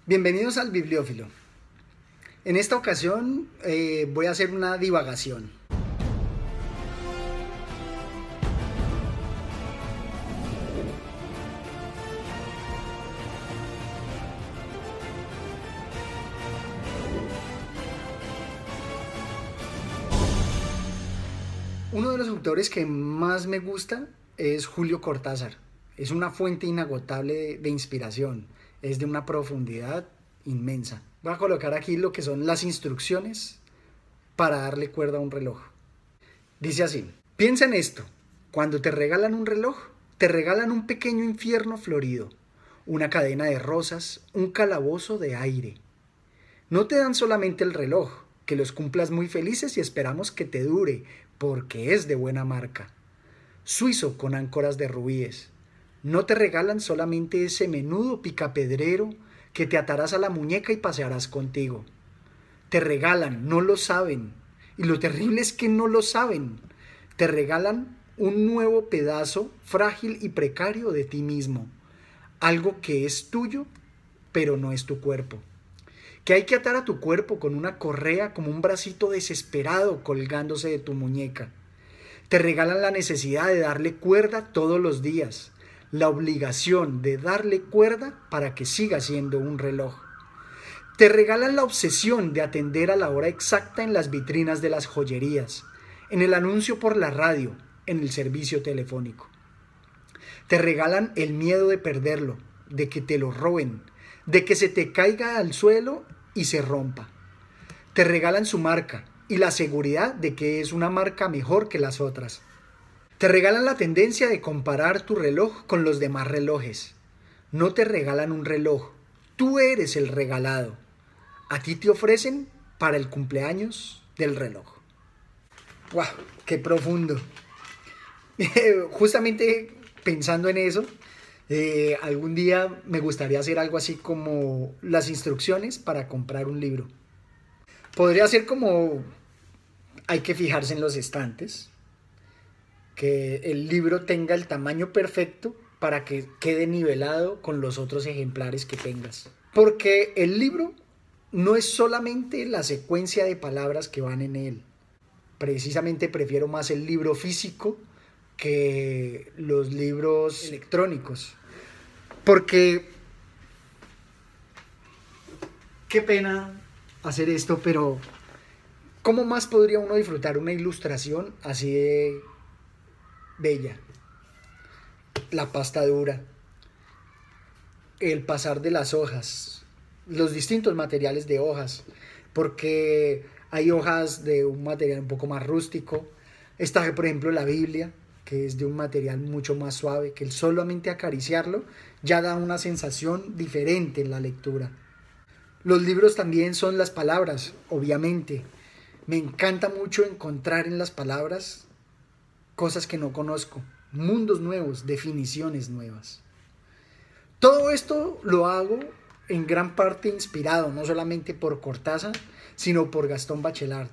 Bienvenidos al Bibliófilo. En esta ocasión voy a hacer una divagación. Uno de los autores que más me gusta es Julio Cortázar. Es una fuente inagotable de inspiración. Es de una profundidad inmensa. Voy a colocar aquí lo que son las instrucciones para darle cuerda a un reloj. Dice así: piensa en esto. Cuando te regalan un reloj, te regalan un pequeño infierno florido, una cadena de rosas, un calabozo de aire. No te dan solamente el reloj, que los cumplas muy felices y esperamos que te dure, porque es de buena marca. Suizo con áncoras de rubíes. No te regalan solamente ese menudo picapedrero que te atarás a la muñeca y pasearás contigo. Te regalan, no lo saben, y lo terrible es que no lo saben. Te regalan un nuevo pedazo frágil y precario de ti mismo, algo que es tuyo, pero no es tu cuerpo. Que hay que atar a tu cuerpo con una correa como un bracito desesperado colgándose de tu muñeca. Te regalan la necesidad de darle cuerda todos los días, la obligación de darle cuerda para que siga siendo un reloj. Te regalan la obsesión de atender a la hora exacta en las vitrinas de las joyerías, en el anuncio por la radio, en el servicio telefónico. Te regalan el miedo de perderlo, de que te lo roben, de que se te caiga al suelo y se rompa. Te regalan su marca y la seguridad de que es una marca mejor que las otras. Te regalan la tendencia de comparar tu reloj con los demás relojes. No te regalan un reloj, tú eres el regalado. A ti te ofrecen para el cumpleaños del reloj. ¡Guau! ¡Qué profundo! Justamente pensando en eso, algún día me gustaría hacer algo así como las instrucciones para comprar un libro. Podría ser como: hay que fijarse en los estantes, que el libro tenga el tamaño perfecto para que quede nivelado con los otros ejemplares que tengas. Porque el libro no es solamente la secuencia de palabras que van en él. Precisamente prefiero más el libro físico que los libros electrónicos. Porque qué pena hacer esto, pero ¿cómo más podría uno disfrutar una ilustración así de bella? La pasta dura, el pasar de las hojas, los distintos materiales de hojas, porque hay hojas de un material un poco más rústico. Está, por ejemplo, la Biblia, que es de un material mucho más suave, que solamente acariciarlo ya da una sensación diferente en la lectura. Los libros también son las palabras, obviamente. Me encanta mucho encontrar en las palabras cosas que no conozco, mundos nuevos, definiciones nuevas. Todo esto lo hago en gran parte inspirado no solamente por Cortázar, sino por Gastón Bachelard,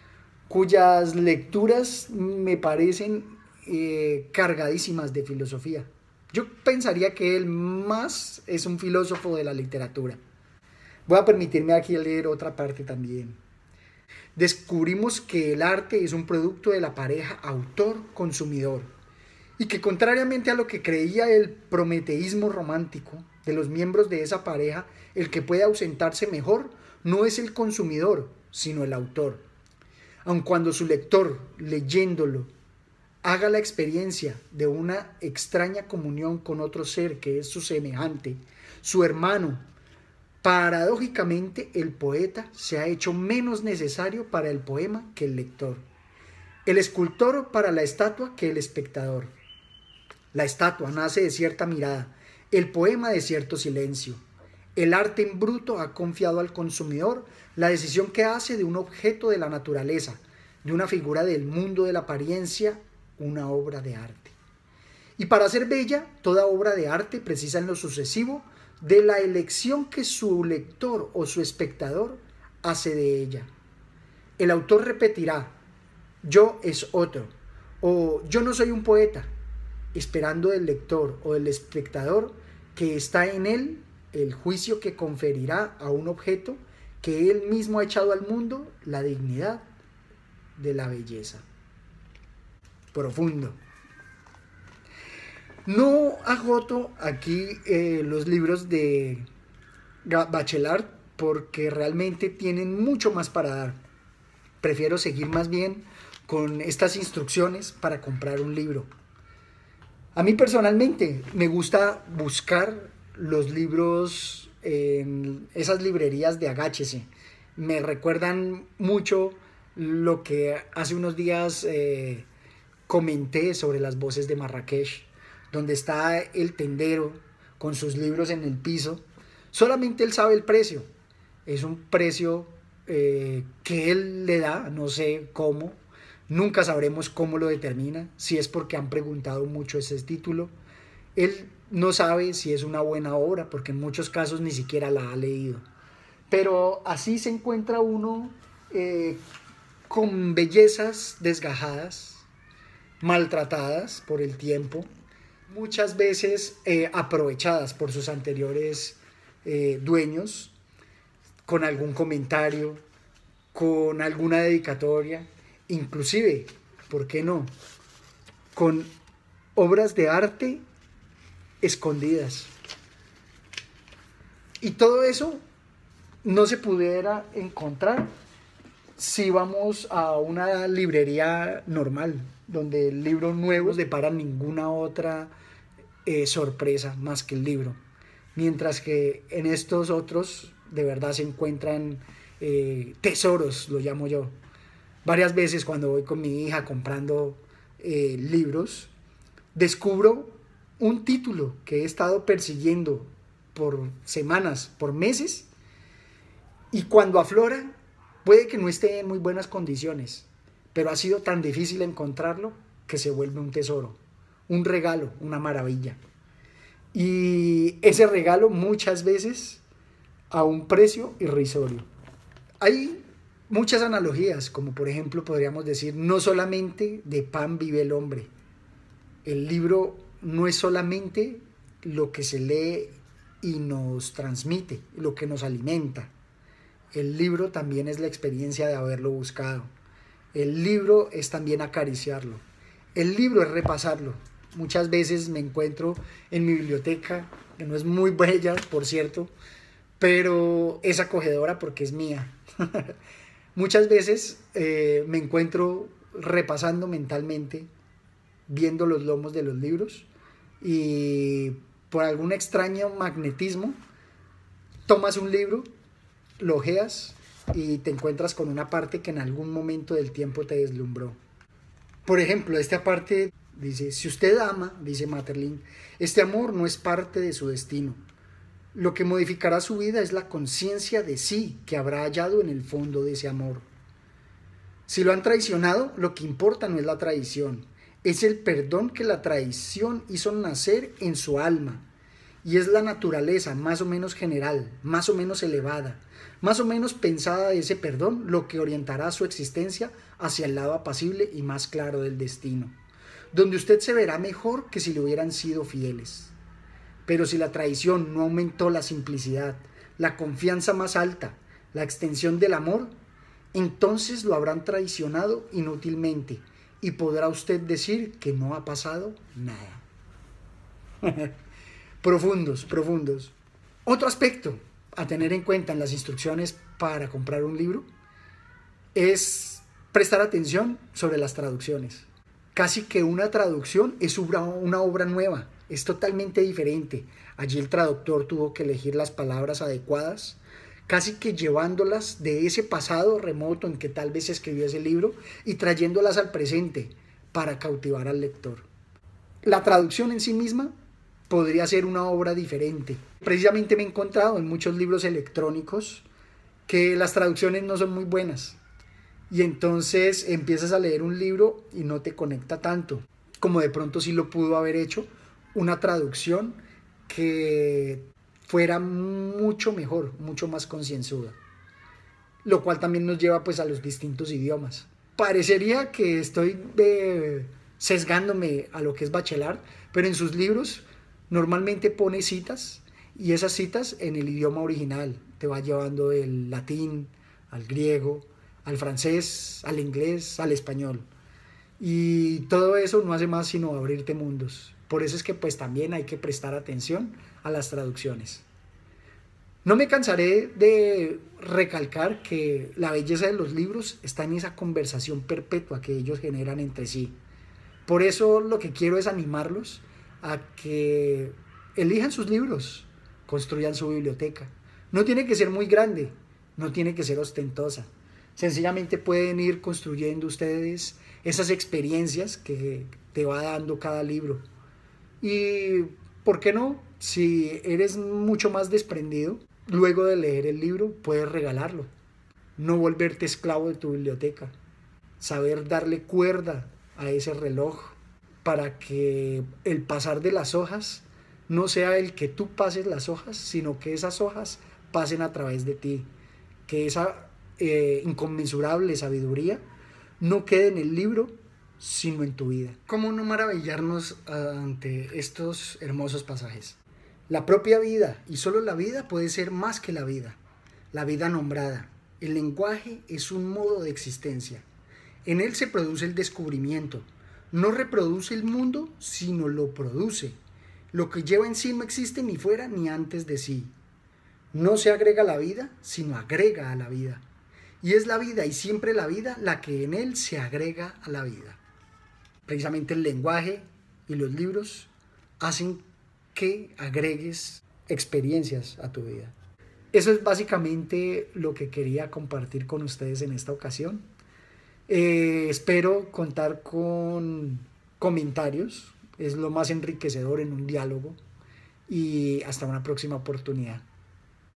cuyas lecturas me parecen cargadísimas de filosofía. Yo pensaría que él más es un filósofo de la literatura. Voy a permitirme aquí leer otra parte también. Descubrimos que el arte es un producto de la pareja autor-consumidor y que, contrariamente a lo que creía el prometeísmo romántico de los miembros de esa pareja, el que puede ausentarse mejor no es el consumidor, sino el autor. Aun cuando su lector, leyéndolo, haga la experiencia de una extraña comunión con otro ser que es su semejante, su hermano, paradójicamente el poeta se ha hecho menos necesario para el poema que el lector, el escultor para la estatua que el espectador. La estatua nace de cierta mirada, el poema de cierto silencio. El arte en bruto ha confiado al consumidor la decisión que hace de un objeto de la naturaleza, de una figura del mundo de la apariencia, una obra de arte. Y para ser bella, toda obra de arte precisa en lo sucesivo de la elección que su lector o su espectador hace de ella. El autor repetirá: yo es otro, o yo no soy un poeta, esperando del lector o del espectador que está en él el juicio que conferirá a un objeto que él mismo ha echado al mundo la dignidad de la belleza. Profundo. No agoto aquí los libros de Bachelard porque realmente tienen mucho más para dar. Prefiero seguir más bien con estas instrucciones para comprar un libro. A mí personalmente me gusta buscar los libros en esas librerías de Agáchese. Me recuerdan mucho lo que hace unos días comenté sobre las voces de Marrakech, donde está el tendero con sus libros en el piso. Solamente él sabe el precio. Es un precio que él le da, no sé cómo. Nunca sabremos cómo lo determina, si es porque han preguntado mucho ese título. Él no sabe si es una buena obra, porque en muchos casos ni siquiera la ha leído. Pero así se encuentra uno con bellezas desgajadas, maltratadas por el tiempo, muchas veces aprovechadas por sus anteriores dueños, con algún comentario, con alguna dedicatoria, inclusive, ¿por qué no?, con obras de arte escondidas. Y todo eso no se pudiera encontrar si vamos a una librería normal, donde el libro nuevo no depara ninguna otra sorpresa más que el libro. Mientras que en estos otros de verdad se encuentran tesoros, lo llamo yo. Varias veces cuando voy con mi hija comprando libros, descubro un título que he estado persiguiendo por semanas, por meses, y cuando aflora, puede que no esté en muy buenas condiciones, pero ha sido tan difícil encontrarlo que se vuelve un tesoro, un regalo, una maravilla. Y ese regalo muchas veces a un precio irrisorio. Hay muchas analogías, como por ejemplo podríamos decir, no solamente de pan vive el hombre. El libro no es solamente lo que se lee y nos transmite, lo que nos alimenta. El libro también es la experiencia de haberlo buscado. El libro es también acariciarlo. El libro es repasarlo. Muchas veces me encuentro en mi biblioteca, que no es muy bella, por cierto, pero es acogedora porque es mía. Muchas veces me encuentro repasando mentalmente, viendo los lomos de los libros, y por algún extraño magnetismo tomas un libro, lo ojeas y te encuentras con una parte que en algún momento del tiempo te deslumbró. Por ejemplo, esta parte dice: si usted ama, dice Maeterlinck, este amor no es parte de su destino. Lo que modificará su vida es la conciencia de sí que habrá hallado en el fondo de ese amor. Si lo han traicionado, lo que importa no es la traición, es el perdón que la traición hizo nacer en su alma. Y es la naturaleza más o menos general, más o menos elevada, más o menos pensada de ese perdón lo que orientará su existencia hacia el lado apacible y más claro del destino, donde usted se verá mejor que si le hubieran sido fieles. Pero si la traición no aumentó la simplicidad, la confianza más alta, la extensión del amor, entonces lo habrán traicionado inútilmente y podrá usted decir que no ha pasado nada. Profundos, profundos. Otro aspecto a tener en cuenta en las instrucciones para comprar un libro es prestar atención sobre las traducciones. Casi que una traducción es una obra nueva, es totalmente diferente. Allí el traductor tuvo que elegir las palabras adecuadas, casi que llevándolas de ese pasado remoto en que tal vez escribió ese libro y trayéndolas al presente para cautivar al lector. La traducción en sí misma podría ser una obra diferente. Precisamente me he encontrado en muchos libros electrónicos que las traducciones no son muy buenas. Y entonces empiezas a leer un libro y no te conecta tanto, como de pronto sí lo pudo haber hecho una traducción que fuera mucho mejor, mucho más concienzuda. Lo cual también nos lleva pues a los distintos idiomas. Parecería que estoy sesgándome a lo que es Bachelard, pero en sus libros normalmente pone citas Y esas citas en el idioma original te va llevando del latín al griego, al francés, al inglés, al español. Y todo eso no hace más sino abrirte mundos. Por eso es que pues también hay que prestar atención a las traducciones. No me cansaré de recalcar que la belleza de los libros está en esa conversación perpetua que ellos generan entre sí. Por eso lo que quiero es animarlos a que elijan sus libros, construyan su biblioteca. No tiene que ser muy grande, no tiene que ser ostentosa. Sencillamente pueden ir construyendo ustedes esas experiencias que te va dando cada libro. Y, ¿por qué no? Si eres mucho más desprendido, luego de leer el libro, puedes regalarlo. No volverte esclavo de tu biblioteca. Saber darle cuerda a ese reloj para que el pasar de las hojas no sea el que tú pases las hojas, sino que esas hojas pasen a través de ti. Que esa inconmensurable sabiduría no quede en el libro, sino en tu vida. ¿Cómo no maravillarnos ante estos hermosos pasajes? La propia vida, y solo la vida, puede ser más que la vida nombrada. El lenguaje es un modo de existencia. En él se produce el descubrimiento. No reproduce el mundo, sino lo produce. Lo que lleva en sí no existe ni fuera ni antes de sí. No se agrega a la vida, sino agrega a la vida. Y es la vida y siempre la vida la que en él se agrega a la vida. Precisamente el lenguaje y los libros hacen que agregues experiencias a tu vida. Eso es básicamente lo que quería compartir con ustedes en esta ocasión. Espero contar con comentarios, es lo más enriquecedor en un diálogo, y hasta una próxima oportunidad.